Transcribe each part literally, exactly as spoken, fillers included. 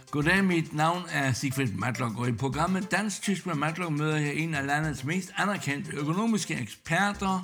Goddag, mit navn er Sigfrid Matlock, og i programmet Dansk-Tysk med Matlock møder jeg en af landets mest anerkendte økonomiske eksperter,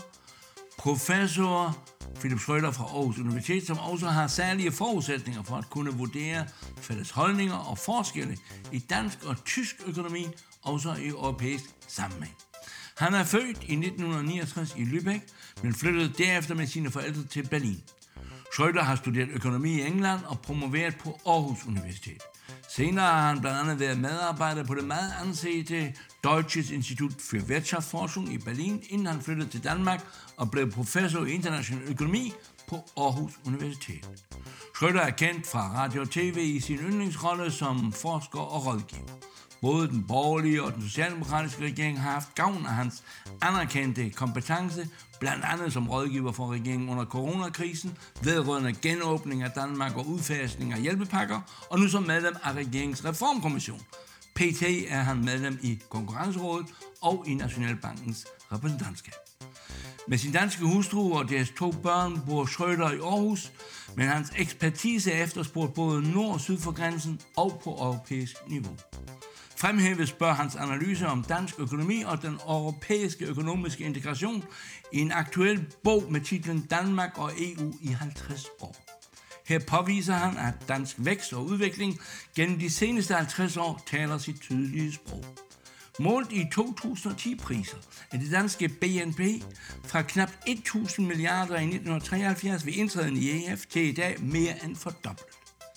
professor Philipp Schröder fra Aarhus Universitet, som også har særlige forudsætninger for at kunne vurdere fælles holdninger og forskelle i dansk og tysk økonomi, også i europæisk sammenhæng. Han er født i nitten niogtres i Lübeck, men flyttede derefter med sine forældre til Berlin. Schröder har studeret økonomi i England og promoveret på Aarhus Universitet. Senere har han blandt andet været medarbejder på det meget ansete Deutsches Institut für Wirtschaftsforschung i Berlin, inden han flyttede til Danmark og blev professor i international økonomi på Aarhus Universitet. Schröder er kendt fra radio og tv i sin yndlingsrolle som forsker og rådgiver. Både den borgerlige og den socialdemokratiske regering har haft gavn af hans anerkendte kompetence, blandt andet som rådgiver for regeringen under coronakrisen, vedrørende genåbning af Danmark og udfasning af hjælpepakker, og nu som medlem af regeringens reformkommission. P T er han medlem i Konkurrencerådet og i Nationalbankens repræsentantskab. Med sin danske hustru og deres to børn bor Schröder i Aarhus, men hans ekspertise er efterspurgt både nord og syd for grænsen og på europæisk niveau. Fremhæves bør hans analyse om dansk økonomi og den europæiske økonomiske integration i en aktuel bog med titlen Danmark og E U i halvtreds år. Her påviser han, at dansk vækst og udvikling gennem de seneste halvtreds år taler sit tydelige sprog. Målt i to tusind og ti-priser er det danske B N P fra knap tusind milliarder i nitten treoghalvfjerds ved indtræden i E F til i dag mere end fordoblet.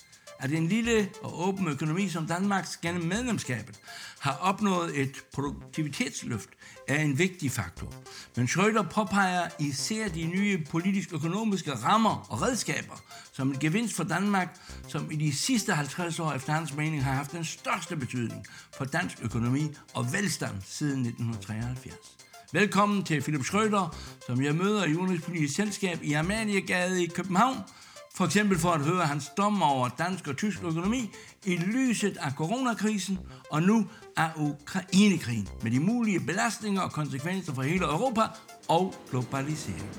At en lille og åben økonomi som Danmarks gennem medlemskabet har opnået et produktivitetsløft er en vigtig faktor. Men Schröder påpeger især de nye politisk-økonomiske rammer og redskaber som en gevinst for Danmark, som i de sidste halvtreds år efter hans mening har haft den største betydning for dansk økonomi og velstand siden nitten treoghalvfjerds. Velkommen til Philipp Schröder, som jeg møder i Udenrigspolitisk Selskab i Amaliegade i København, for eksempel for at høre hans dom over dansk og tysk økonomi i lyset af coronakrisen og nu af Ukrainekrigen med de mulige belastninger og konsekvenser for hele Europa og globalisering.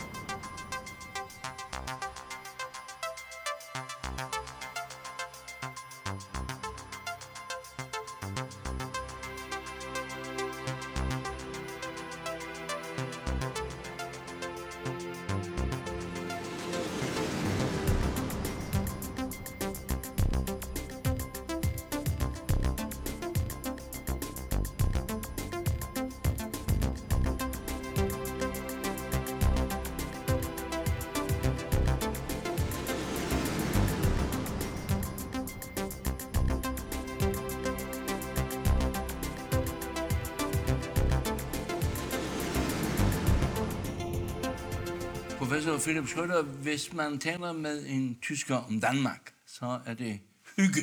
Professor Philipp Schröder, hvis man taler med en tysker om Danmark, så er det hygge.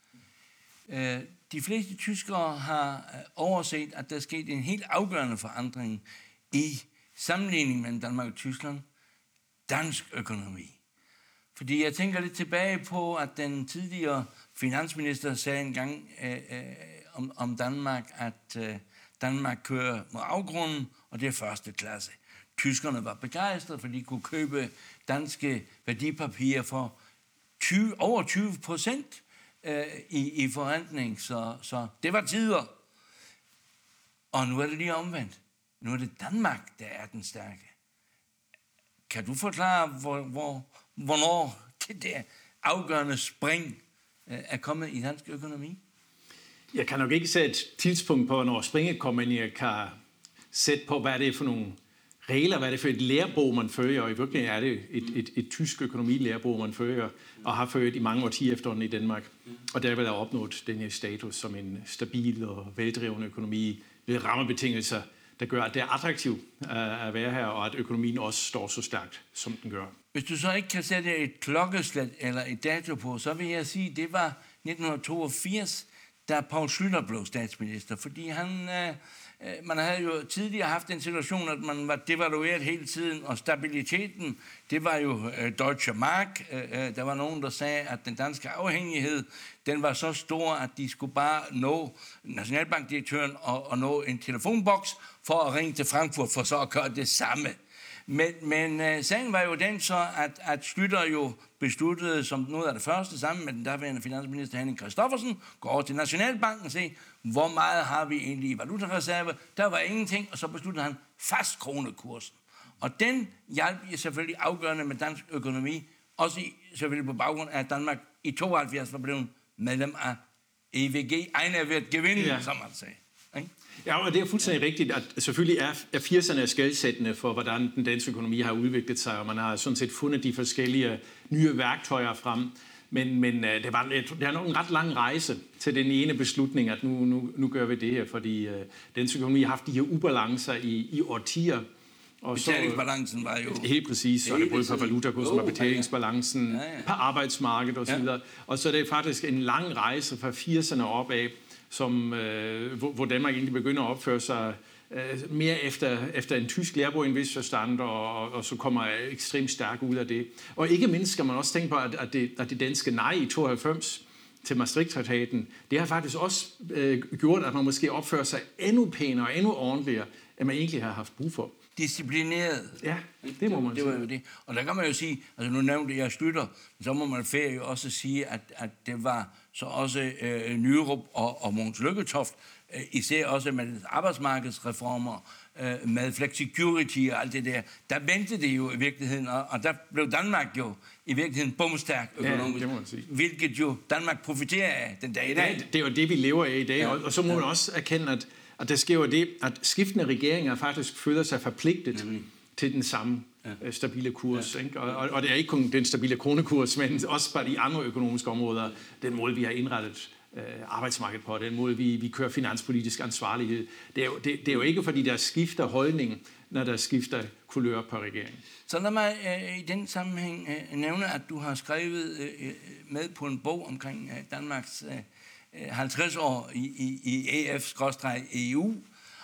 De fleste tyskere har overset, at der er sket en helt afgørende forandring i sammenligningen mellem Danmark og Tyskland. Dansk økonomi. Fordi jeg tænker lidt tilbage på, at den tidligere finansminister sagde engang øh, øh, om, om Danmark, at øh, Danmark kører mod afgrunden, og det er første klasse. Tyskerne var begejstrede, fordi de kunne købe danske værdipapirer for tyve, over tyve procent øh, i, i forrentning, så, så det var tider. Og nu er det lige omvendt. Nu er det Danmark, der er den stærke. Kan du forklare, hvor, hvor, hvornår det der afgørende spring øh, er kommet i dansk økonomi? Jeg kan nok ikke sætte et tidspunkt på, når springet kommer ind. Jeg kan sætte på, hvad det er for nogle regler, hvad er det for et lærebog, man fører, og i virkeligheden er det et, et, et tysk økonomilærebog, man fører, og har ført i mange årtier efterhånden i Danmark. Og derved har opnået den her status som en stabil og veldreven økonomi ved rammebetingelser, der gør, at det er attraktivt at være her, og at økonomien også står så stærkt, som den gør. Hvis du så ikke kan sætte et klokkeslæt eller et dato på, så vil jeg sige, at det var nitten toogfirs, da Poul Schlüter blev statsminister, fordi han... Øh, Man havde jo tidligere haft en situation, at man var devalueret hele tiden, og stabiliteten, det var jo øh, Deutsche Mark. Øh, der var nogen, der sagde, at den danske afhængighed, den var så stor, at de skulle bare nå nationalbankdirektøren og, og nå en telefonboks for at ringe til Frankfurt, for så at gøre det samme. Men, men uh, sagen var jo den så, at, at Schlüter jo besluttede som noget af det første, sammen med den daværende finansminister Henning Christoffersen, gå over til Nationalbanken og se, hvor meget har vi egentlig i valutareserve. Der var ingenting, og så besluttede han fast kronekursen. Og den hjalp selvfølgelig afgørende med dansk økonomi, også i, selvfølgelig på baggrund af, at Danmark i tooghalvfjerds var blevet medlem af E V G, egen ved at gevinde, ja. Som man sagde. Ikke? Ja, og det er fuldstændig rigtigt, at selvfølgelig er, er firserne skelsættende for, hvordan den danske økonomi har udviklet sig, og man har sådan set fundet de forskellige nye værktøjer frem. Men, men det, var, det er nok en ret lang rejse til den ene beslutning, at nu, nu, nu gør vi det her, fordi uh, dansk økonomi har haft de her ubalancer i, i årtier. Og betalingsbalancen var jo... Helt præcis, så er det både på valutakursen og betalingsbalancen, ja, ja. På arbejdsmarkedet osv. Ja. Og så er det faktisk en lang rejse fra firserne opad, som, øh, hvor, hvor Danmark egentlig begynder at opføre sig øh, mere efter, efter en tysk lærebog i en vis forstand, og, og, og så kommer ekstremt stærkt ud af det. Og ikke mindst skal man også tænke på, at, at, det, at det danske nej i tooghalvfems til Maastricht-traktaten, det har faktisk også øh, gjort, at man måske opfører sig endnu pænere og endnu ordentligere, end man egentlig har haft brug for. Disciplineret. Ja, det må man det, sige. Det var jo det. Og der kan man jo sige, altså nu nævnte jeg Schlüter, så må man fair jo også sige, at, at det var så også øh, Nyrup og, og Mogens Lykketoft, øh, især også med arbejdsmarkedsreformer, øh, med flexicurity og alt det der, der vendte det jo i virkeligheden, og, og der blev Danmark jo i virkeligheden bumstærk økonomisk, ja, det må man sige. Hvilket jo Danmark profiterer af den dag i dag. Ja, det er jo det, vi lever af i dag, ja. og, og så må man også erkende, at Og der sker jo det, at skiftende regeringer faktisk føler sig forpligtet Nemlig. til den samme ja. stabile kurs. Ja. Ikke? Og, og, og det er ikke kun den stabile kronekurs, men også bare de andre økonomiske områder, den måde, vi har indrettet øh, arbejdsmarkedet på, den måde, vi, vi kører finanspolitisk ansvarlighed. Det er, jo, det, det er jo ikke, fordi der skifter holdning, når der skifter kulør på regeringen. Så lad mig øh, i den sammenhæng øh, nævne, at du har skrevet øh, med på en bog omkring øh, Danmarks... Øh, halvtreds år i, i, i E F-E U,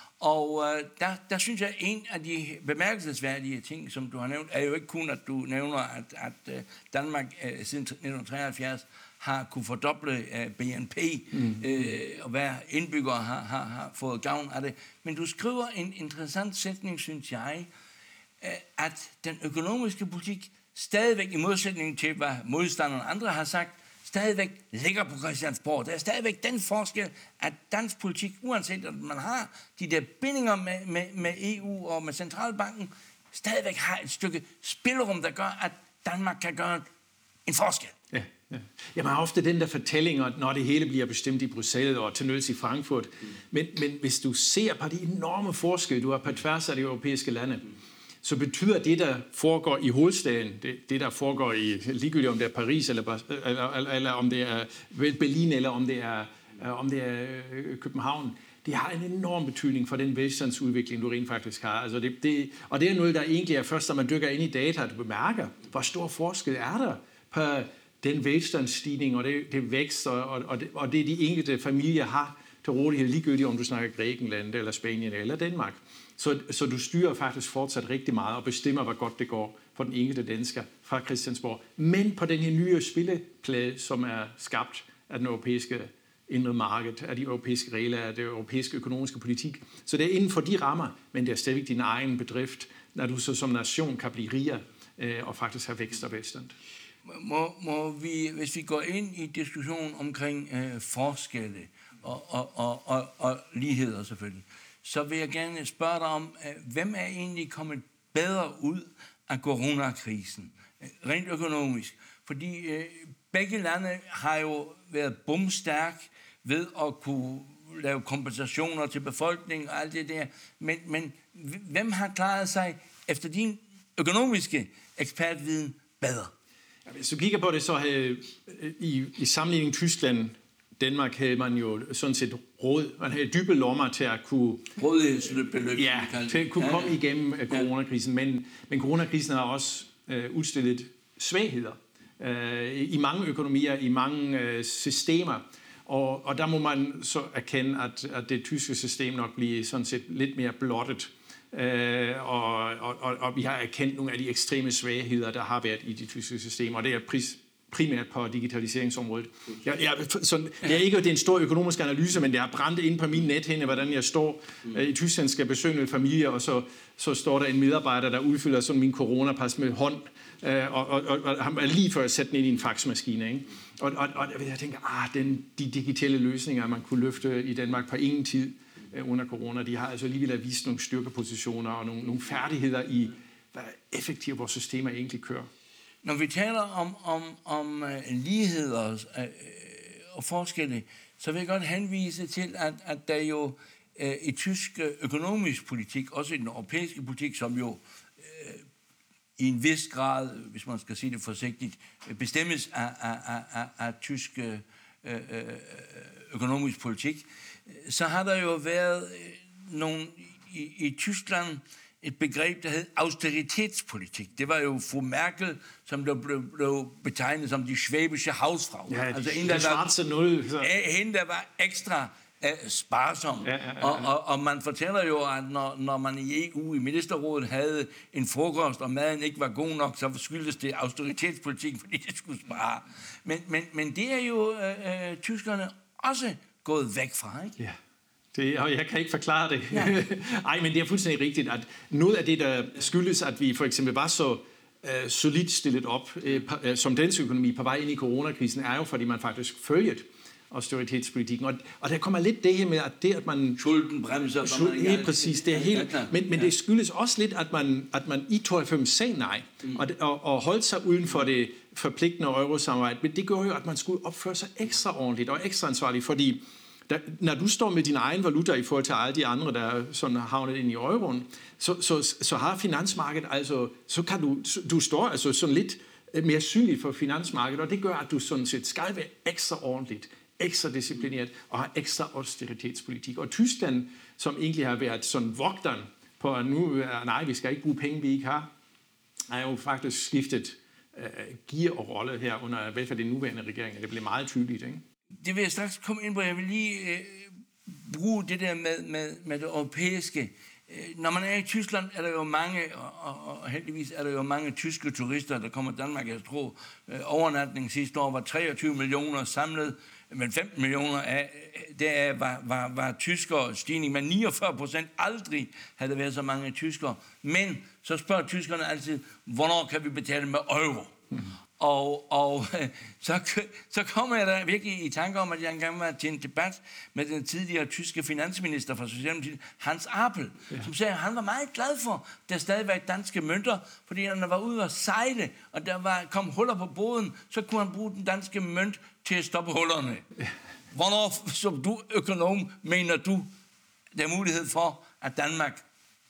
og øh, der, der synes jeg, en af de bemærkelsesværdige ting, som du har nævnt, er jo ikke kun, at du nævner, at, at Danmark øh, siden nitten treoghalvfjerds har kunne fordoble øh, B N P, mm. øh, og hver indbygger har, har, har fået gavn af det. Men du skriver en interessant sætning, synes jeg, øh, at den økonomiske politik stadigvæk, i modsætning til, hvad modstanderne og andre har sagt, stadigvæk ligger på Christiansborg. Der er stadigvæk den forskel, at dansk politik, uanset at man har de der bindinger med, med, med E U og med Centralbanken, stadigvæk har et stykke spillerum, der gør, at Danmark kan gøre en forskel. Ja, ja. Jeg har ofte den der fortælling, når det hele bliver bestemt i Bruxelles og til nøds i Frankfurt. Mm. Men, men hvis du ser på de enorme forskelle, du har på tværs af de europæiske lande, mm. så betyder det, der foregår i hovedstaden, det, det der foregår i, ligegyldigt om det er Paris, eller, eller, eller, eller om det er Berlin, eller om det er, om det er København, det har en enorm betydning for den velstandsudvikling, du rent faktisk har. Altså det, det, og det er noget, der egentlig er først, når man dykker ind i data, at du bemærker, hvor stor forskel er der på den velstandsstigning, og det, det vækst, og, og, det, og det de enkelte familier har til rådighed, ligegyldigt om du snakker Grækenland, eller Spanien, eller Danmark. Så, så du styrer faktisk fortsat rigtig meget og bestemmer, hvor godt det går for den enkelte dansker fra Christiansborg. Men på den her nye spilleplade, som er skabt af den europæiske indre marked, af de europæiske regler, af det europæiske økonomiske politik. Så det er inden for de rammer, men det er stadig din egen bedrift, når du så som nation kan blive rigere øh, og faktisk have vækst og velstand. Må, må vi, hvis vi går ind i diskussion omkring øh, forskelle og, og, og, og, og ligheder selvfølgelig, så vil jeg gerne spørge dig om, hvem er egentlig kommet bedre ud af coronakrisen, rent økonomisk? Fordi øh, begge lande har jo været bumstærk ved at kunne lave kompensationer til befolkningen og alt det der. Men, men hvem har klaret sig efter din økonomiske ekspertviden bedre? Hvis du kigger på det, så havde i, i sammenligning Tyskland, Danmark havde man jo sådan set råd. Man havde dybe lommer til at kunne... Rådighedsbeløb. Ja, til at kunne ja, komme igennem ja. coronakrisen. Men, men coronakrisen har også øh, udstillet svagheder øh, i mange økonomier, i mange øh, systemer. Og, og der må man så erkende, at, at det tyske system nok bliver sådan set lidt mere blottet. Øh, og, og, og vi har erkendt nogle af de ekstreme svagheder, der har været i de tyske systemer. Og det er pris, primært på digitaliseringsområdet. Jeg, jeg, sådan, det er ikke det er en stor økonomisk analyse, men det har brændt ind på min nethinde, hvordan jeg står mm. i Tyskland, skal besøge en familie, og så, så står der en medarbejder, der udfylder sådan min coronapas med hånd, øh, og, og, og, og han er lige før at sætte den ind i en faxmaskine. Ikke? Og, og, og jeg tænker, ah, den, de digitale løsninger, man kunne løfte i Danmark på ingen tid øh, under corona, de har altså alligevel vist nogle styrkepositioner og nogle, nogle færdigheder i, hvad effektivt vores systemer egentlig kører. Når vi taler om, om, om uh, ligheder uh, og forskelle, så vil jeg godt henvise til, at, at der jo uh, i tysk økonomisk politik, også i den europæiske politik, som jo uh, i en vis grad, hvis man skal sige det forsigtigt, bestemmes af, af, af, af, af tysk uh, økonomisk politik, så har der jo været nogle i, i Tyskland et begreb, der hed austeritetespolitik. Det var jo fru Merkel, som der blev, blev betegnet som de schwäbische Hausfrau. Ja, altså en, der var, nul, så. Hende, der var ekstra uh, sparsom. Ja, ja, ja, ja. Og, og, og man fortæller jo, at når, når man i E U, i ministerrådet, havde en frokost, og maden ikke var god nok, så skyldes det austeritetespolitik, fordi det skulle spare. Men, men, men det er jo uh, uh, tyskerne også gået væk fra, ikke? Ja. Det, og jeg kan ikke forklare det. Ja. Ej, men det er fuldstændig rigtigt, at noget af det, der skyldes, at vi for eksempel var så uh, solidt stillet op uh, som dansk økonomi på vej ind i coronakrisen, er jo, fordi man faktisk følget austeritetespolitikken. Og, og der kommer lidt det her med, at det, at man... Schuldenbremser. Schulden, ja, præcis. Det er helt, men, men det skyldes også lidt, at man, at man i tooghalvfems sagde nej, mm. og, og, og holdt sig uden for det forpligtende eurosamarbejde. Men det gør jo, at man skulle opføre sig ekstra ordentligt og ekstra ansvarligt, fordi der, når du står med din egen valuta i forhold til alle de andre, der sådan har havnet ind i euroen, så, så, så har finansmarkedet altså, så kan du, du står altså sådan lidt mere synligt for finansmarkedet, og det gør, at du sådan set skal være ekstra ordentligt, ekstra disciplineret og har ekstra austeritetespolitik. Og Tyskland, som egentlig har været sådan vogteren på, at nu, nej, vi skal ikke bruge penge, vi ikke har, er jo faktisk skiftet uh, gear og rolle her under, i hvert fald den nuværende regering, det bliver meget tydeligt, ikke? Det vil jeg straks komme ind på. Jeg vil lige øh, bruge det der med, med, med det europæiske. Øh, når man er i Tyskland, er der jo mange, og, og, og heldigvis er der jo mange tyske turister, der kommer til Danmark. Jeg tror, øh, overnatning sidste år var treogtyve millioner samlet, men femten millioner af det var, var, var tyskere stigning, men niogfyrre procent aldrig havde der været så mange tyskere. Men så spørger tyskerne altid, hvornår kan vi betale med euro? Mm. Og, og så, så kommer jeg da virkelig i tanke om, at jeg engang var til en debat med den tidligere tyske finansminister fra Socialdemokratiet, Hans Apel, ja. Som sagde, at han var meget glad for, at der stadig var danske mønter, fordi når han var ude og sejle, og der var, kom huller på båden, så kunne han bruge den danske mønt til at stoppe hullerne. Ja. Hvornår, som du økonom, mener du, der er mulighed for, at Danmark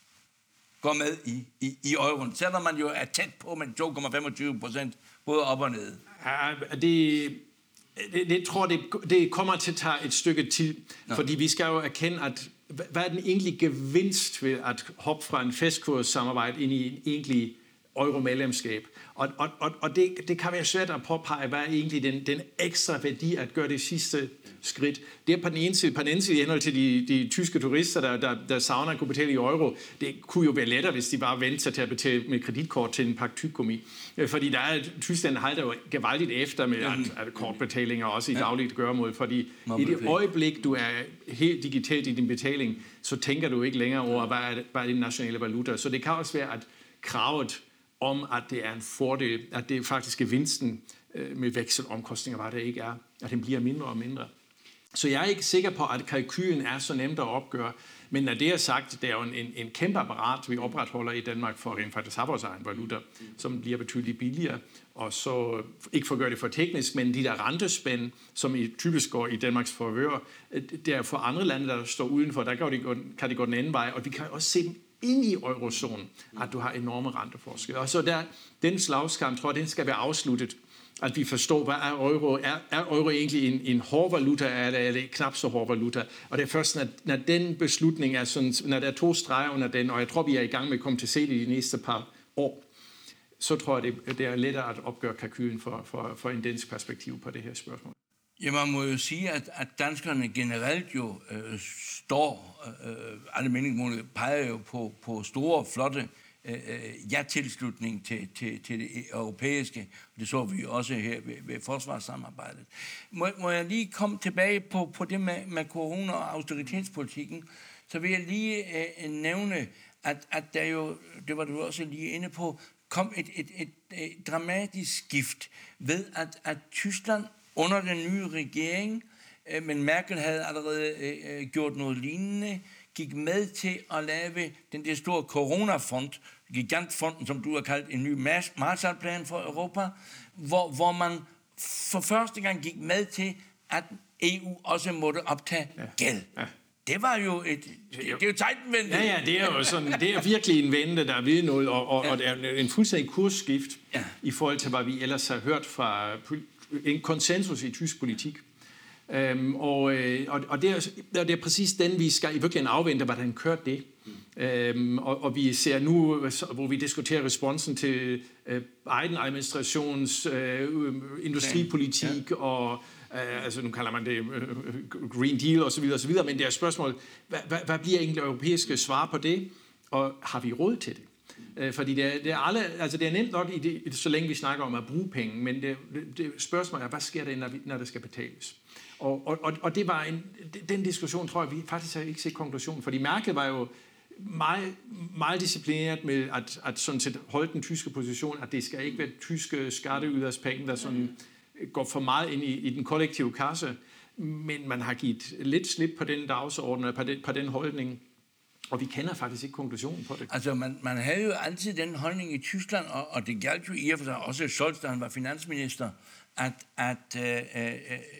går med i, i, i euroen, selvom man jo er tæt på med to komma femogtyve procent både op og ned? Ja, det, det, det tror det, det kommer til at tage et stykke tid, Nå. Fordi vi skal jo erkende, at hvad er den egentlige gevinst ved at hoppe fra en festkurs-samarbejde ind i en egentlig euromedlemskab? Og, og, og, og det, det kan være svært at påpege, hvad er egentlig den, den ekstra værdi at gøre det sidste skridt. Det er på den ene side, på den anden side i henhold til de, de tyske turister, der, der, der savner at kunne betale i euro. Det kunne jo være lettere, hvis de bare vendte sig til at betale med kreditkort til en pakke tyggegummi. Fordi der er, Tyskland halter jo gevaldigt efter med at, at kortbetalinger også i ja. Dagligt gøremål. Fordi i det øjeblik, du er helt digitalt i din betaling, så tænker du ikke længere over, hvad er, hvad er din nationale valuta. Så det kan også være, at kravet om, at det er en fordel, at det faktisk er gevinsten øh, med vekselomkostninger, hvad det ikke er, at den bliver mindre og mindre. Så jeg er ikke sikker på, at kalkylen er så nemt at opgøre, men når det er sagt, det er jo en, en, en kæmpe apparat, vi opretholder i Danmark for rent faktisk have vores egen valuta, som bliver betydeligt billigere, og så ikke for at gøre det for teknisk, men de der rentespænd, som i typisk går i Danmarks forvør, det er for andre lande, der står udenfor, der kan det gå, kan det gå den anden vej, og vi kan også se dem ind i eurozonen, at du har enorme renteforskelle. Og så der, den slagskamp, tror jeg, den skal være afsluttet, at vi forstår, hvad er euro? Er, er euro egentlig en, en hård valuta, eller er det knap så hård valuta? Og det er først, når, når den beslutning er sådan, når der er to streger under den, og jeg tror, vi er i gang med at komme til se det i de næste par år, så tror jeg, det, det er lettere at opgøre kalkylen for, for, for en dansk perspektiv på det her spørgsmål. Ja, man må jo sige, at, at danskerne generelt jo øh, står, øh, alle meningsmål peger jo på, på store, flotte øh, ja-tilslutning til, til, til det europæiske. Det så vi også her ved, ved forsvarssamarbejdet. Må, må jeg lige komme tilbage på, på det med, med corona og austeritetspolitikken, så vil jeg lige øh, nævne, at, at der jo, det var du også lige inde på, kom et, et, et, et dramatisk skift ved, at, at Tyskland under den nye regering, øh, men Merkel havde allerede øh, gjort noget lignende, gik med til at lave den der store coronafond, gigantfonden, som du har kaldt en ny Marshallplan for Europa, hvor, hvor man for første gang gik med til, at E U også måtte optage ja. gæld. Ja. Det var jo et... Det, det er jo Zeitenwende. Ja, ja, det er jo sådan, det er virkelig en vende, der er ved noget, og, og, ja. og det er en fuldstændig kursskift ja. i forhold til, hvad vi ellers har hørt fra en konsensus i tysk politik. Øhm, og, og, og, det er, det er præcis den, vi skal i virkeligheden afvente, hvordan kørt det. Mm. Øhm, og, og vi ser nu, hvor vi diskuterer responsen til øh, Biden-administrations øh, industripolitik ja. og Uh, altså nu kalder man det uh, Green Deal og så videre og så videre, men det er spørgsmålet, hvad, hvad, hvad bliver egentlig europæiske svar på det, og har vi råd til det? Uh, fordi det er, det er alle, altså det er nemt nok i det, så længe vi snakker om at bruge penge, men det, det, det spørgsmålet er, hvad sker der, når, vi, når det skal betales? Og, og, og det var en, den diskussion, tror jeg, vi faktisk har ikke set konklusionen, fordi Merkel var jo meget, meget disciplineret med at, at sådan set holde den tyske position, at det skal ikke være tyske skatteyderes penge, der sådan går for meget ind i, i den kollektive kasse, men man har givet lidt slip på den dagsorden, på den, på den holdning, og vi kender faktisk ikke konklusionen på det. Altså, man, man havde jo altid den holdning i Tyskland, og, og det galt jo i og for sig også Scholz, da han var finansminister, at, at øh, øh,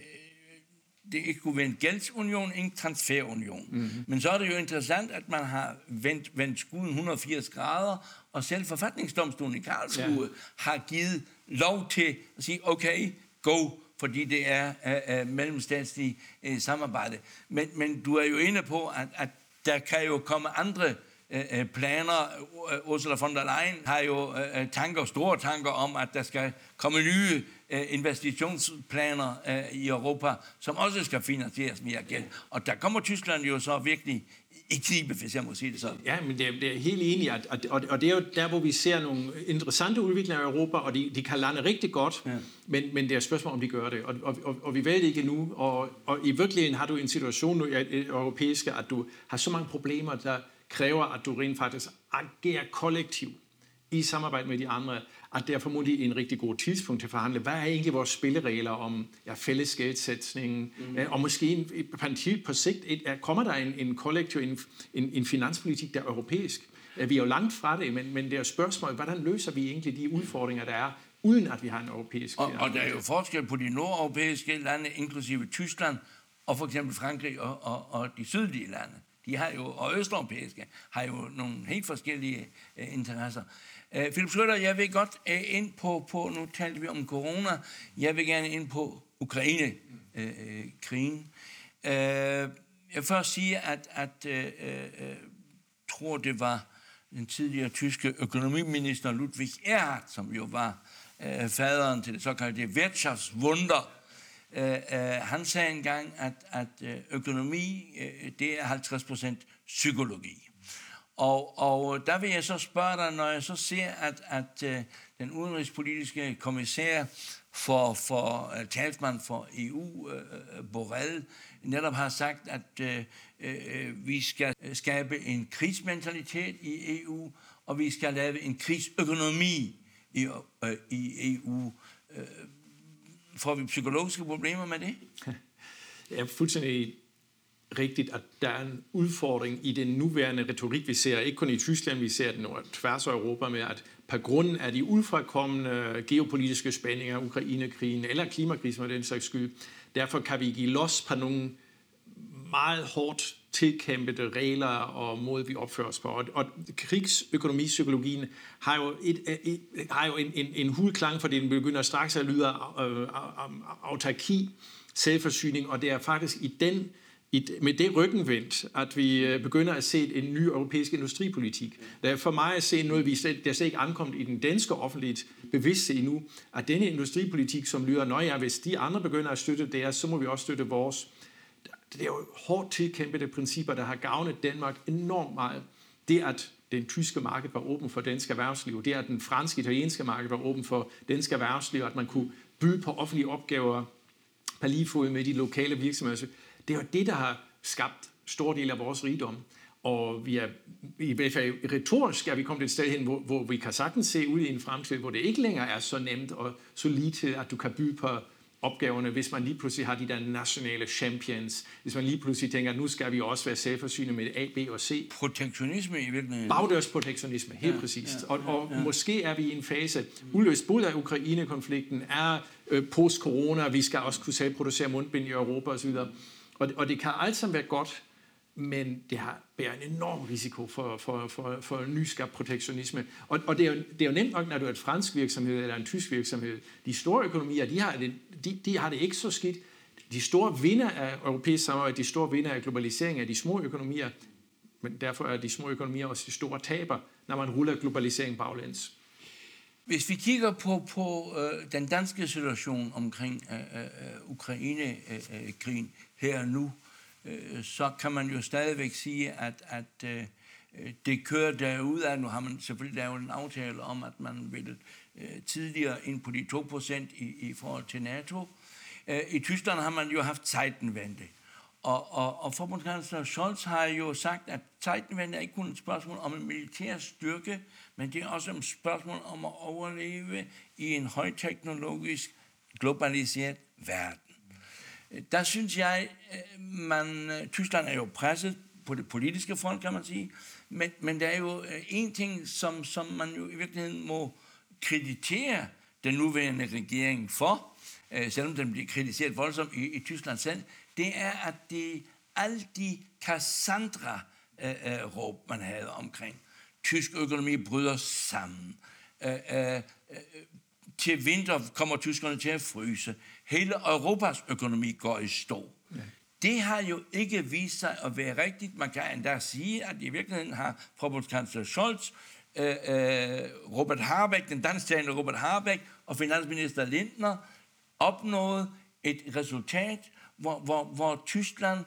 det ikke kunne være en gældsunion, en transferunion. Mm-hmm. Men så er det jo interessant, at man har vendt, vendt skuden et hundrede og firs grader, og selv forfatningsdomstolen i Karlsruhe ja. har givet lov til at sige, okay, go, fordi det er uh, uh, mellemstatslige uh, samarbejde. Men, men du er jo inde på, at, at der kan jo komme andre uh, planer. Uh, Ursula von der Leyen har jo uh, tanker, store tanker om, at der skal komme nye uh, investiconsplaner uh, i Europa, som også skal finansieres via gæld. Og der kommer Tyskland jo så virkelig i knibe, hvis jeg må sige det sådan. Ja, men det er, det er helt enig, at, at, og det er jo der, hvor vi ser nogle interessante udviklinger i Europa, og de, de kan lande rigtig godt, ja. men, men det er et spørgsmål, om de gør det, og, og, og, og vi ved det ikke endnu, og, og i virkeligheden har du en situation nu i europæiske, at du har så mange problemer, der kræver, at du rent faktisk agerer kollektivt i samarbejde med de andre, at det er formodentlig en rigtig god tidspunkt til at forhandle. Hvad er egentlig vores spilleregler om ja, fælles skældsætning, mm. og måske en, på sigt et, kommer der en, en kollektiv, en, en, en finanspolitik, der er europæisk. Vi er jo langt fra det, men, men det er spørgsmålet, hvordan løser vi egentlig de udfordringer, der er, uden at vi har en europæisk... Og, og der er jo forskel på de nordeuropæiske lande, inklusive Tyskland, og for eksempel Frankrig og, og, og de sydlige lande. De har jo, og østeuropæiske har jo nogle helt forskellige uh, interesser. Uh, Philip Schröder, jeg vil godt uh, ind på, på, nu talte vi om corona, jeg vil gerne ind på Ukraine-krigen. Uh, uh, jeg vil først sige, at, at uh, uh, tror det var den tidligere tyske økonomiminister Ludwig Erhard, som jo var uh, faderen til det såkaldte Wirtschaftswunder. Uh, uh, han sagde engang, at, at økonomi, uh, det er halvtreds procent psykologi. Og, og der vil jeg så spørge dig, når jeg så ser, at, at uh, den udenrigspolitiske kommissær for, for uh, talsmand for E U, uh, Borrell, netop har sagt, at uh, uh, vi skal skabe en krigsmentalitet i E U, og vi skal lave en krigsøkonomi i, uh, i E U. Uh, får vi psykologiske problemer med det? Det er fuldstændig rigtigt, at der er en udfordring i den nuværende retorik, vi ser, ikke kun i Tyskland, vi ser den over tværs af Europa, med at på grund af de udfrakommende geopolitiske spændinger, Ukraine-krigen eller klimakrisen med den slags skyld, derfor kan vi give los på nogle meget hårdt tilkæmpede regler og måde, vi opfører os på. Og, og krigsøkonomipsykologien har jo, et, et, har jo en, en, en hulklang, fordi den begynder straks at lyde øh, autarki, selvforsyning, og det er faktisk i den, i, med det ryggenvendt, at vi begynder at se en ny europæisk industripolitik. Der er for mig at se noget, vi slet, der slet ikke ankommet i den danske offentligt bevidsthed endnu, at denne industripolitik, som lyder, når ja, hvis de andre begynder at støtte deres, så må vi også støtte vores. Det er jo hårdt tilkæmpede principper, der har gavnet Danmark enormt meget. Det at den tyske marked var åben for dansk erhvervsliv, det er, at den franske, italienske marked var åben for dansk erhvervsliv, at man kunne byde på offentlige opgaver på lige fod med de lokale virksomheder. Det er jo det, der har skabt stor del af vores rigdom. Og vi er, i hvert fald retorisk er vi kommet et sted hen, hvor, hvor vi kan sagtens se ud i en fremtid, hvor det ikke længere er så nemt og så lige til, at du kan byde på opgaverne, hvis man lige pludselig har de der nationale champions, hvis man lige pludselig tænker, at nu skal vi også være selvforsynende med A, B og C. Protektionisme i virkeligheden. Bagdørsprotektionisme, helt ja, præcist. Ja, og og ja. Måske er vi i en fase, udløst både af Ukraine-konflikten, er øh, post-corona, vi skal også kunne selv producere mundbind i Europa osv. Og, og det kan alt sammen være godt, men det har bærer en enorm risiko for, for, for, for nyskabt protektionisme. Og, og det, er jo, det er jo nemt nok, når du er et fransk virksomhed eller en tysk virksomhed. De store økonomier, de har det, de, de har det ikke så skidt. De store vinder af europæisk samarbejde, de store vinder af globalisering af de små økonomier, men derfor er de små økonomier også de store taber, når man ruller globalisering baglæns. Hvis vi kigger på, på øh, den danske situation omkring øh, øh, Ukraine-krigen øh, her og nu, så kan man jo stadigvæk sige, at, at øh, det kører derudad. Nu har man selvfølgelig lavet en aftale om, at man vil øh, tidligere ind på de to procent i, i forhold til NATO. Øh, I Tyskland har man jo haft Zeitenwende. Og, og, og forbundskansler Scholz har jo sagt, at Zeitenwende er ikke kun et spørgsmål om en militær styrke, men det er også et spørgsmål om at overleve i en højteknologisk, globaliseret verden. Der synes jeg, man, Tyskland er jo presset på det politiske front, kan man sige, men, men der er jo en ting, som, som man jo i virkeligheden må kreditere den nuværende regering for, selvom den bliver kritiseret voldsomt i, i Tyskland selv, det er, at det alle de Cassandra-råb, man havde omkring. Tysk økonomi bryder sammen. Til vinter kommer tyskerne til at fryse. Hele Europas økonomi går i stå. Ja. Det har jo ikke vist sig at være rigtigt. Man kan endda sige, at i virkeligheden har forbundskansler Scholz, øh, øh, Robert Habeck, den dansktalende Robert Habeck og finansminister Lindner opnået et resultat, hvor, hvor, hvor Tyskland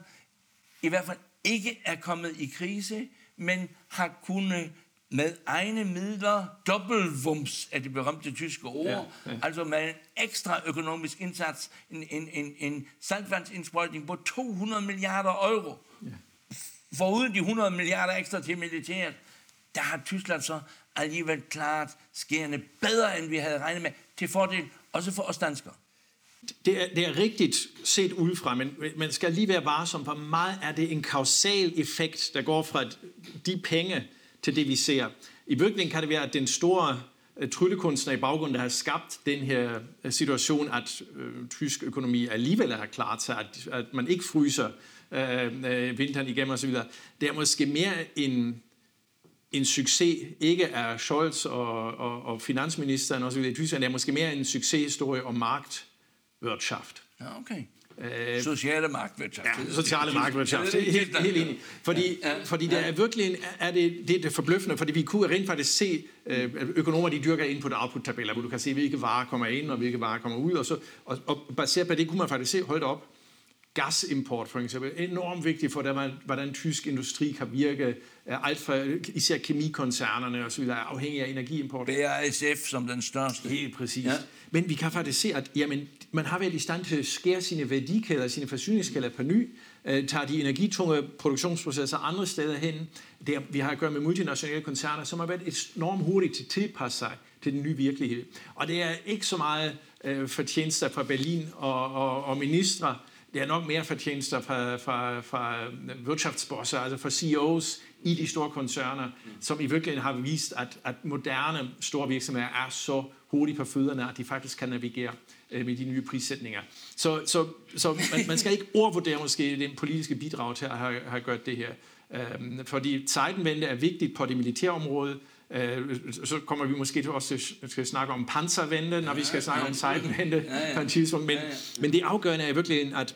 i hvert fald ikke er kommet i krise, men har kunnet med egne midler, dobbeltvums er det berømte tyske ord, ja, ja. Altså med en ekstra økonomisk indsats, en, en, en, en saltvandsindsprøjtning på to hundrede milliarder euro. Ja. Foruden de hundrede milliarder ekstra til militæret, der har Tyskland så alligevel klart skærende bedre, end vi havde regnet med, til fordel også for os danskere. Det er, det er rigtigt set udefra, men man skal lige være varsom, hvor meget er det en kausal effekt, der går fra de penge til det, vi ser. I virkeligheden kan det være, at den store uh, tryllekunstner i baggrunden, der har skabt den her uh, situation, at uh, tysk økonomi alligevel har klart sig, at, at man ikke fryser uh, uh, vinteren igennem osv., det er måske mere en, en succes, ikke af Scholz og, og, og finansministeren osv. i Tyskland, det er måske mere en succeshistorie om marktwirtschaft. Ja, okay. Sociale markedwirtschaft. Ja, sociale markedwirtschaft. Helt, helt enig. Fordi, fordi det er virkelig er det, det er det forbløffende, fordi vi kunne rent faktisk se økonomer, de dyrker input- og output-tabeller, hvor du kan se, hvilke varer kommer ind, og hvilke varer kommer ud, og, så, og, og baseret på det kunne man faktisk se, hold op, gasimport for eksempel, enormt vigtigt for, hvordan, hvordan tysk industri kan virke, alt fra især kemikoncernerne og så videre, afhængig af energiimport. B A S F som den største. Helt præcis. Ja. Men vi kan faktisk se, at jamen, man har været i stand til at skære sine værdikæder, sine forsyningskæder på ny, øh, tager de energitunge produktionsprocesser andre steder hen. Det er, vi har at gøre med multinationale koncerner, som har været enormt hurtigt til at tilpasse sig til den nye virkelighed. Og det er ikke så meget øh, fortjenester fra Berlin og, og, og ministre, det er nok mere fortjenester fra, fra, fra wirtschaftsbosser, altså fra C E O's i de store koncerner, som i virkeligheden har vist, at, at moderne store virksomheder er så hurtigt på fødderne, at de faktisk kan navigere øh, med de nye prissætninger. Så, så, så man, man skal ikke overvurdere måske den politiske bidrag til at have, have gjort det her. Øhm, fordi Zeitenwende er vigtigt på det militære område. Øh, så kommer vi måske også til at snakke om Panzerwende, når vi skal snakke om Zeitenwende på en tidspunkt. Men, men det afgørende er virkelig, at,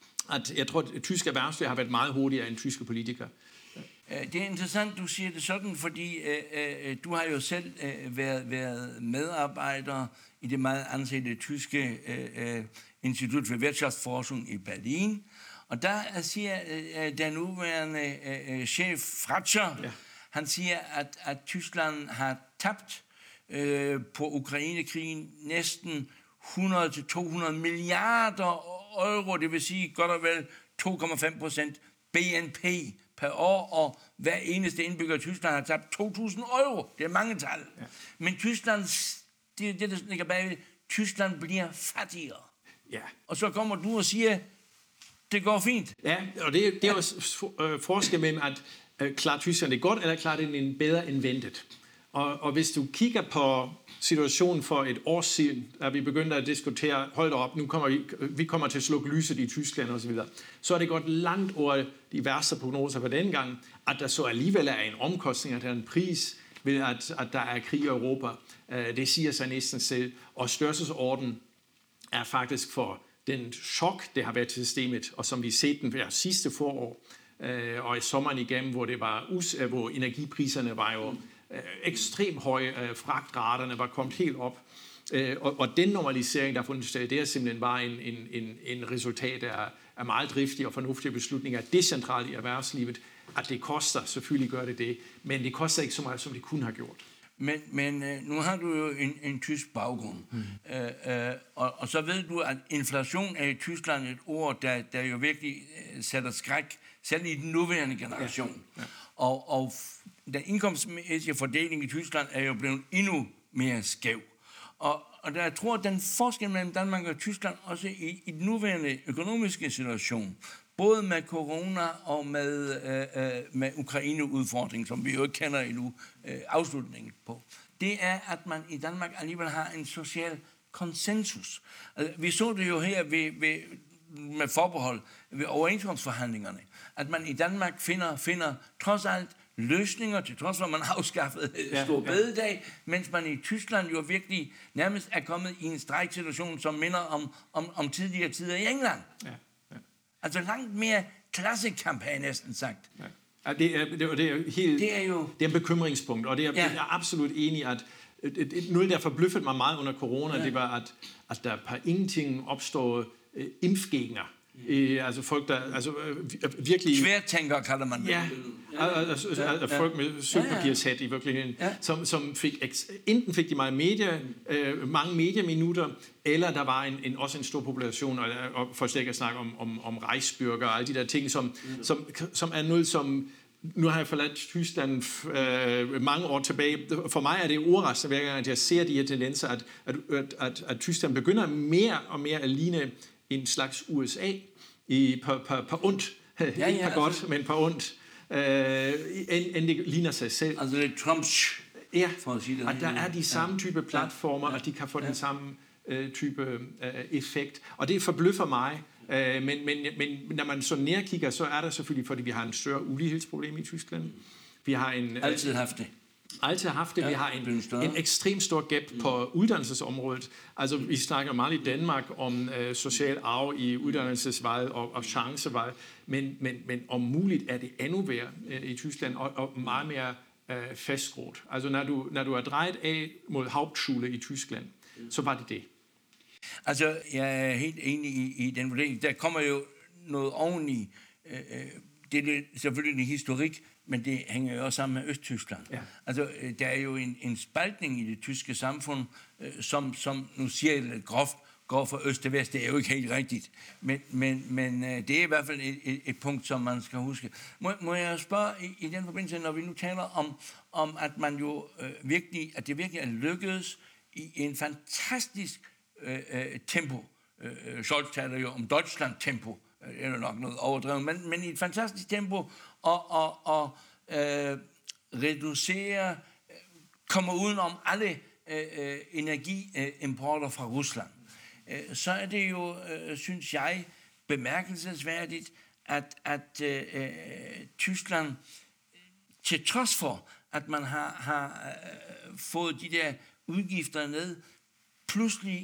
at jeg tror, at tyske erhvervsliv har været meget hurtigere end tyske politikere. Det er interessant, du siger det sådan, fordi øh, du har jo selv øh, været, været medarbejder i det meget ansete tyske øh, Institut for Wirtschaftsforschung i Berlin. Og der siger øh, den nuværende øh, chef Fratscher, ja. Han siger, at, at Tyskland har tabt øh, på Ukrainekrigen næsten hundrede til to hundrede milliarder euro, det vil sige godt og vel to komma fem procent B N P per år, og hver eneste indbygger i Tyskland har tabt to tusind euro. Det er mange tal. Ja. Men Tyskland, det er det, der ligger bagved, Tyskland bliver fattigere. Ja. Og så kommer du og siger, det går fint. Ja, og det, det er jo øh, forskel mellem, at øh, klarer Tyskland det godt, eller klarer det bedre end ventet. Og, og hvis du kigger på situationen for et år siden, da vi begyndte at diskutere, hold op, nu kommer vi, vi kommer til at slukke lyset i Tyskland osv., så, så er det godt langt over de værste prognoser på den gang, at der så alligevel er en omkostning, at der er en pris ved, at, at der er krig i Europa. Det siger sig næsten selv, og størrelsesorden er faktisk for den chok, det har været til systemet, og som vi set den sidste forår, og i sommeren igennem, hvor, det var us, hvor energipriserne var jo ekstremt høje, fragtraterne var kommet helt op, og, og den normalisering, der har fundet sted, det er simpelthen bare en, en, en, en resultat af, af meget driftige og fornuftige beslutninger, decentralt i erhvervslivet, at det koster, selvfølgelig gør det det, men det koster ikke så meget, som det kunne have gjort. Men, men nu har du jo en, en tysk baggrund, mm. øh, øh, og, og så ved du, at inflation er i Tyskland et ord, der, der jo virkelig sætter skræk, selv i den nuværende generation. Ja. Ja. Og, og den indkomstmæssige fordeling i Tyskland er jo blevet endnu mere skæv. Og, og der, jeg tror, at den forskel mellem Danmark og Tyskland, også i, i den nuværende økonomiske situation, både med corona og med, øh, øh, med Ukraine-udfordringen, som vi jo ikke kender endnu øh, afslutningen på, det er, at man i Danmark alligevel har en social konsensus. Altså, vi så det jo her ved, ved, med forbehold ved overenskomstforhandlingerne, at man i Danmark finder, finder trods alt løsninger, til trods for, at man har afskaffet ja, stor bededag, ja. Mens man i Tyskland jo virkelig nærmest er kommet i en strejksituation, som minder om, om, om tidligere tider i England. Ja. Altså langt mere klassekamp, har jeg næsten sagt. Ja. Ja, det, er, det, er, det, er helt, det er jo... Det er en bekymringspunkt, og det er, ja. Jeg er absolut enig, at et, et, et, noget, der forbløffede mig meget under corona, ja. Det var, at, at der på ingenting opstod uh, impfgegner. Uh, altså folk, der altså, uh, virkelig... Sværtænker kalder man det. Ja, ja. Altså, ja. Altså, folk med sølvpapirshæt i virkeligheden, ja. som, som fik, enten fik de meget medie, uh, mange medieminutter, eller der var en, en, også en stor population, og, og for slet ikke at snakke om, om, om rejsbyrger og alle de der ting, som, mm. som, som er noget, som... Nu har jeg forladt Tyskland øh, mange år tilbage. For mig er det overraskende, hver gang at jeg ser de her tendenser, at, at, at, at Tyskland begynder mere og mere at ligne en slags U S A i på, på, på ondt. Ja, ja, ikke på godt, altså, men på ondt. Øh, end, end det ligner sig selv. Altså det er Trumps... Ja, for at sige det, at der er de samme type platformer, ja, ja, og de kan få ja. den samme øh, type øh, effekt. Og det forbløffer mig. Øh, men, men, men når man så nærkigger, så er der selvfølgelig, fordi vi har en større ulighedsproblem i Tyskland. Vi har en... Altid haft det. Altid haft det. Ja, vi har en, en ekstremt stor gap på mm. uddannelsesområdet. Altså, vi snakker meget i Danmark om øh, social arv i uddannelsesvalg og, og chancevalg, men, men, men om muligt er det endnu værre øh, i Tyskland, og, og meget mere øh, fastskruet. Altså, når du, når du er drejet af mod Hauptschule i Tyskland, mm. så var det det. Altså, jeg er helt enig i, i den vurdering. Der kommer jo noget oveni. Øh, det er selvfølgelig en historik, men det hænger jo også sammen med Østtyskland. Ja. Altså, der er jo en, en spaltning i det tyske samfund, øh, som, som, nu siger jeg lidt groft, går fra øst til vest. Det er jo ikke helt rigtigt. Men, men, men øh, det er i hvert fald et, et, et punkt, som man skal huske. Må, må jeg spørge i, i den forbindelse, når vi nu taler om, om at man jo øh, virkelig, at det virkelig er lykkedes i en fantastisk øh, øh, tempo. Øh, Scholz taler jo om Deutschland-tempo. Det er nok noget overdrevet, men, men i et fantastisk tempo, og, og, og øh, reducere, kommer udenom alle øh, energiimporter fra Rusland. Øh, så er det jo, øh, synes jeg, bemærkelsesværdigt, at, at øh, Tyskland, til trods for, at man har, har øh, fået de der udgifter ned, pludselig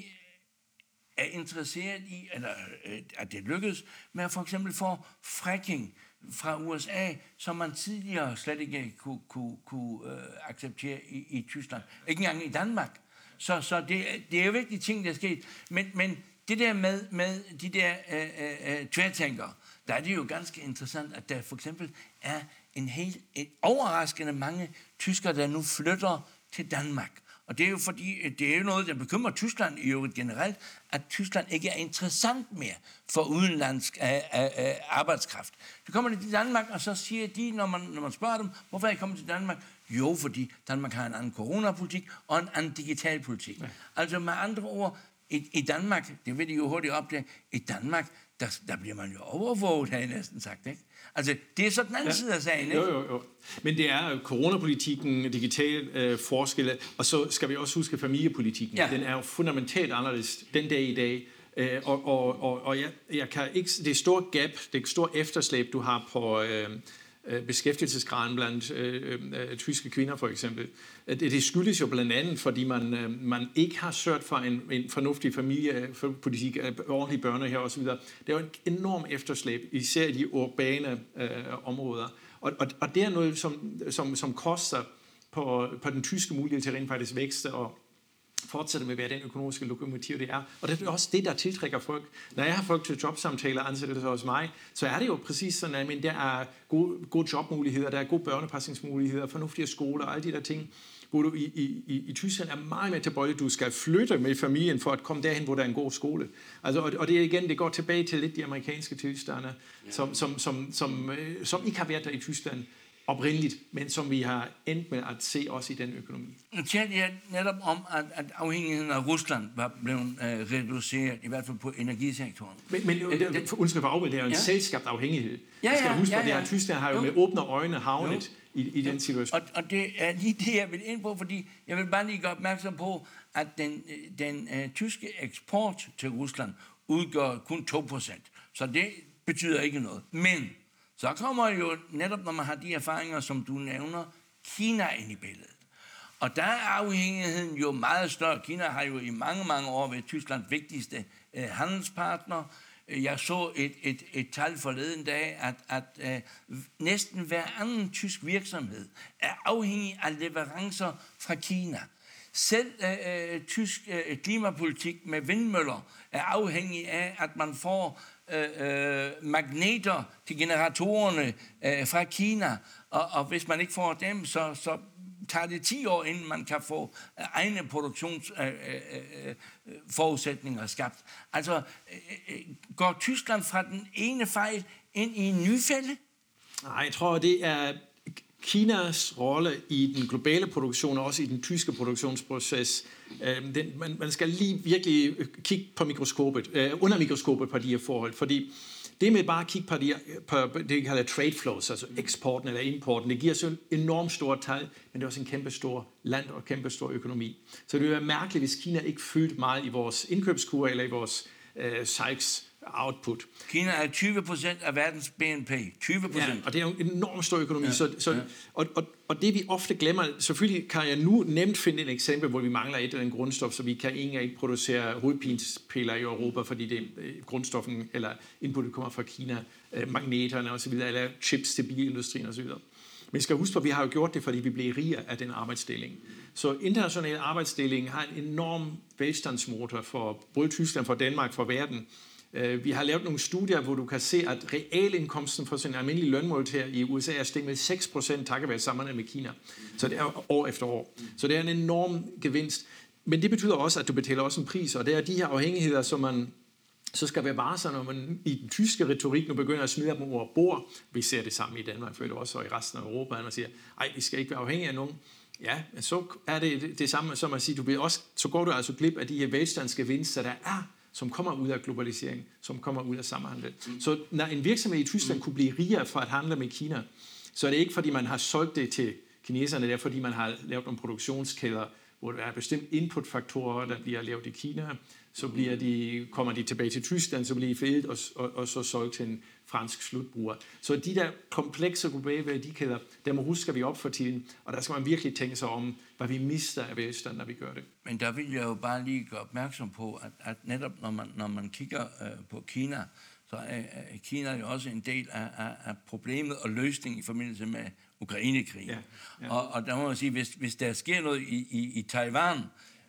er interesseret i, eller at det lykkes, med at for eksempel få fracking fra U S A, som man tidligere slet ikke kunne, kunne, kunne uh, acceptere i, i Tyskland. Ikke engang i Danmark. Så, så det, det er jo virkelig ting, der er sket. Men, men det der med, med de der øh, øh, tværtænkere, der er det jo ganske interessant, at der for eksempel er en helt et overraskende mange tyskere, der nu flytter til Danmark. Og det er jo fordi, det er jo noget, der bekymrer Tyskland i øvrigt generelt, at Tyskland ikke er interessant mere for udenlandsk øh, øh, arbejdskraft. Så kommer de til Danmark, og så siger de, når man, når man spørger dem, hvorfor er I kommet til Danmark? Jo, fordi Danmark har en anden coronapolitik og en anden digital politik. Ja. Altså med andre ord, i, i Danmark, det vil de jo hurtigt opdage, i Danmark, der, der bliver man jo overvåget, har jeg næsten sagt, ikke? Altså, det er så den anden ja. side af sagen, ikke? Jo, jo, jo. Men det er coronapolitikken, digital øh, forskelle, og så skal vi også huske familiepolitikken. Ja. Den er jo fundamentalt anderledes den dag i dag. Øh, og og, og, og jeg, jeg kan ikke, det er et stort gap, det er et stort efterslæb, du har på øh, beskæftigelsesgraden blandt øh, øh, tyske kvinder, for eksempel. Det, det skyldes jo blandt andet, fordi man, øh, man ikke har sørget for en, en fornuftig familiepolitik, ordentlige børnehaver osv. Det er jo en enorm efterslæb, især i de urbane øh, områder. Og, og, og det er noget, som, som, som koster på, på den tyske mulighed til rent faktisk vækste og fortsætte med at være den økonomiske lokomotiv, det er. Og det er også det, der tiltrækker folk. Når jeg har folk til jobsamtaler og ansættelser hos mig, så er det jo præcis sådan, at men der er gode, gode jobmuligheder, der er gode børnepassningsmuligheder, fornuftige skoler og alle de der ting, hvor du i, i, i Tyskland er meget mere tilbøjelig. Du skal flytte med familien for at komme derhen, hvor der er en god skole. Altså, og, og det er igen, det går tilbage til lidt de amerikanske tilstande, som, som, som, som, som ikke har været der i Tyskland oprindeligt, men som vi har endt med at se også i den økonomi. Nu talte jeg netop om, at, at afhængigheden af Rusland var blevet øh, reduceret, i hvert fald på energisektoren. Men, men det, det, undskyld for afbud, det er jo en ja. selvskabt afhængighed. Ja, ja, skal huske, ja, ja. at det her Tyskland har jo, jo med åbne øjne havnet i, i den situation. Og, og det er lige det, jeg vil ind på, fordi jeg vil bare lige gøre opmærksom på, at den, den øh, tyske eksport til Rusland udgør kun to procent. Så det betyder ikke noget. Men så kommer jo netop, når man har de erfaringer, som du nævner, Kina ind i billedet. Og der er afhængigheden jo meget større. Kina har jo i mange, mange år været Tysklands vigtigste øh, handelspartner. Jeg så et, et, et tal forleden dag, at, at øh, næsten hver anden tysk virksomhed er afhængig af leverancer fra Kina. Selv øh, tysk øh, klimapolitik med vindmøller er afhængig af, at man får øh, magneter til generatorerne øh, fra Kina. Og, og hvis man ikke får dem, så, så tager det ti år, inden man kan få egne produktionsforudsætninger øh, øh, skabt. Altså, øh, går Tyskland fra den ene fejl ind i en ny fælde? Nej, jeg tror, det er Kinas rolle i den globale produktion og også i den tyske produktionsproces. Øh, den, man, man skal lige virkelig kigge på mikroskopet, øh, under mikroskopet på de her forhold, fordi det med bare at kigge på, de, på det, vi kalder trade flows, altså eksporten eller importen, det giver så en enormt stort tal, men det er også en kæmpe stor land og kæmpe stor økonomi. Så det vil være mærkeligt, hvis Kina ikke fyldte meget i vores indkøbskur eller i vores øh, salgs output. Kina er tyve procent af verdens B N P. tyve procent. Ja, og det er jo en enormt stor økonomi. Ja, så, så, ja. og, og, og det vi ofte glemmer, selvfølgelig kan jeg nu nemt finde et eksempel, hvor vi mangler et eller andet grundstof, så vi kan egentlig ikke producere hovedpinspiller i Europa, fordi det grundstoffen eller inputtet kommer fra Kina, magneterne osv., eller chips til bilindustrien osv. Men vi skal huske på, at vi har jo gjort det, fordi vi blev rige af den arbejdsdeling. Så international arbejdsdeling har en enorm velstandsmotor for både Tyskland, for Danmark, for verden. Vi har lavet nogle studier, hvor du kan se, at realindkomsten for sin almindelige lønmodtager i U S A er steget med seks procent takket være sammenhæng med Kina. Så det er år efter år. Så det er en enorm gevinst. Men det betyder også, at du betaler også en pris, og det er de her afhængigheder, som man så skal være varsom, når man i den tyske retorik nu begynder at smide dem over bord. Vi ser det samme i Danmark, for det også, og i resten af Europa, og siger, ej, vi skal ikke være afhængige af nogen. Ja, men så er det det, det samme som at sige, du vil også, så går du altså glip af de her velstandsgevinster, der er, som kommer ud af globalisering, som kommer ud af samhandel. Mm. Så når en virksomhed i Tyskland mm. kunne blive rigere for at handle med Kina, så er det ikke, fordi man har solgt det til kineserne, det er, fordi man har lavet nogle produktionskæder, hvor der er bestemt inputfaktorer, der bliver lavet i Kina, så bliver de, kommer de tilbage til Tyskland, så bliver de fældet, og, og, og så solgt til en fransk slutbruger. Så de der komplekse globale værdikæder, dem husker vi op for tiden, og der skal man virkelig tænke sig om, hvad vi mister af velstand, når vi gør det. Men der vil jeg jo bare lige gøre opmærksom på, at, at netop når man, når man kigger øh, på Kina, så er, er Kina jo også en del af, af, af problemet og løsningen i forbindelse med Ukrainekrigen. Ja, ja. Og, og der må man sige, hvis, hvis der sker noget i, i, i Taiwan,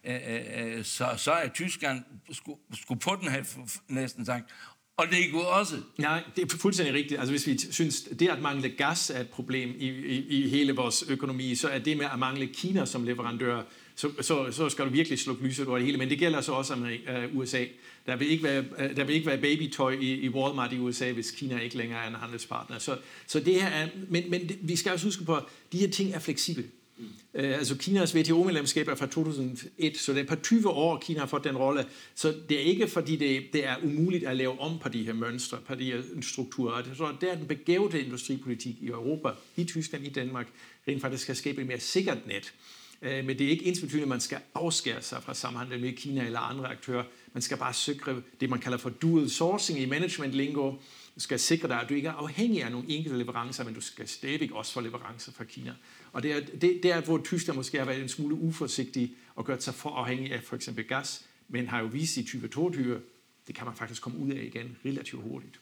øh, så, så er Tyskland skulle, skulle på den have næsten sagt. Og det går også. Nej, det er fuldstændig rigtigt. Altså hvis vi synes, det at mangle gas er et problem i, i, i hele vores økonomi, så er det med at mangle Kina som leverandør, så, så, så skal du virkelig slukke lyset over det hele. Men det gælder så også uh, U S A. Der vil ikke være, uh, der vil ikke være babytøj i, i Walmart i U S A, hvis Kina ikke længere er en handelspartner. Så, så det her er, men, men det, vi skal også huske på, at de her ting er fleksible. Mm. Uh, altså Kinas W T O-medlemskab er fra to tusind og et, så det er på tyve år, Kina har fået den rolle. Så det er ikke, fordi det, det er umuligt at lave om på de her mønstre, på de her strukturer. Så det er den begævede industripolitik i Europa, i Tyskland, i Danmark, rent faktisk skal skabe et mere sikkert net. Uh, men det er ikke ensbetydende, at man skal afskære sig fra samhandel med Kina eller andre aktører. Man skal bare sikre det, man kalder for dual sourcing i management lingo. Du skal sikre dig, at du ikke er afhængig af nogle enkelte leverancer, men du skal stadig også få leverancer fra Kina. Og det er, det, det er hvor Tyskland måske har været en smule uforsigtig og gjort sig for afhængig af for eksempel gas, men har jo vist i tyve toogtyve, det kan man faktisk komme ud af igen relativt hurtigt.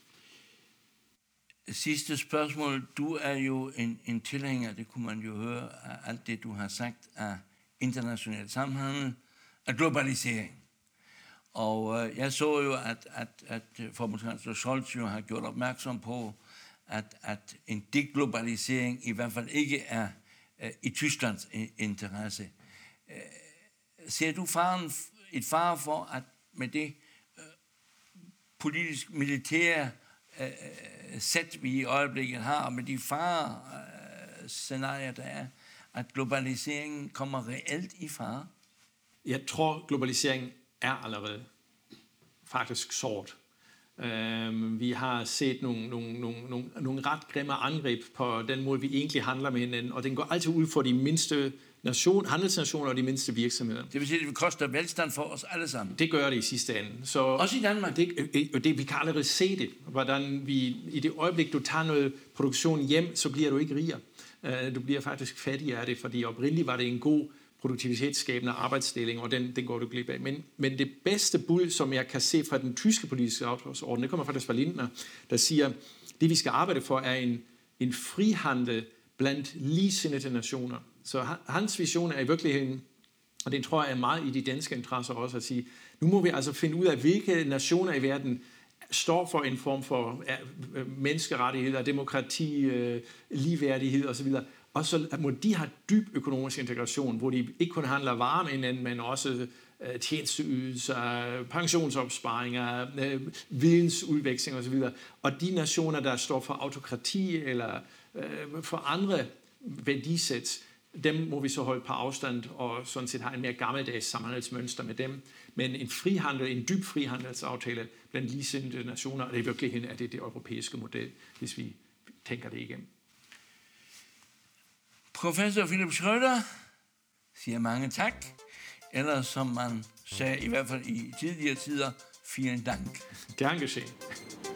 Sidste spørgsmål. Du er jo en, en tilhænger, det kunne man jo høre af alt det, du har sagt, af international samhandel, af globalisering. Og øh, jeg så jo, at, at, at forbundskansler Scholz jo har gjort opmærksom på, at, at en deglobalisering i hvert fald ikke er øh, i Tysklands interesse. Øh, ser du faren, et fare for, at med det øh, politisk-militære øh, sæt, vi i øjeblikket har, og med de fare-scenarier, øh, der er, at globaliseringen kommer reelt i fare? Jeg tror, globaliseringen er allerede faktisk sort. Uh, vi har set nogle, nogle, nogle, nogle, nogle ret grimme angreb på den måde, vi egentlig handler med hinanden, og den går altid ud for de mindste nation, handelsnationer og de mindste virksomheder. Det vil sige, at det koster velstand for os alle sammen. Det gør det i sidste ende. Så også i Danmark. Det, det, vi kan allerede se det, hvordan vi i det øjeblik, du tager noget produktion hjem, så bliver du ikke rigere. Uh, du bliver faktisk fattig af det, fordi oprindeligt var det en god produktivitetsskabende arbejdsdeling, og den, den går du glip af. Men, men det bedste bud, som jeg kan se fra den tyske politiske dagsorden, det kommer faktisk fra Lindner, der siger, det vi skal arbejde for er en, en frihandel blandt ligesindede nationer. Så hans vision er i virkeligheden, og det tror jeg er meget i de danske interesser også, at sige, nu må vi altså finde ud af, hvilke nationer i verden står for en form for menneskerettigheder, demokrati, ligeværdighed osv., og så må de have dyb økonomisk integration, hvor de ikke kun handler varer med hinanden, men også øh, tjenesteydelser, pensionsopsparinger, øh, vidensudveksling osv. Og de nationer, der står for autokrati eller øh, for andre værdisæt, dem må vi så holde på afstand og sådan set have en mere gammeldags samhandelsmønster med dem. Men en frihandel, en dyb frihandelsaftale blandt ligesindede nationer, og det er virkelig er det det europæiske model, hvis vi tænker det igennem. Professor Philipp Schröder siger mange tak, eller som man sagde i hvert fald i tidligere tider, vielen Dank. Dankeschön.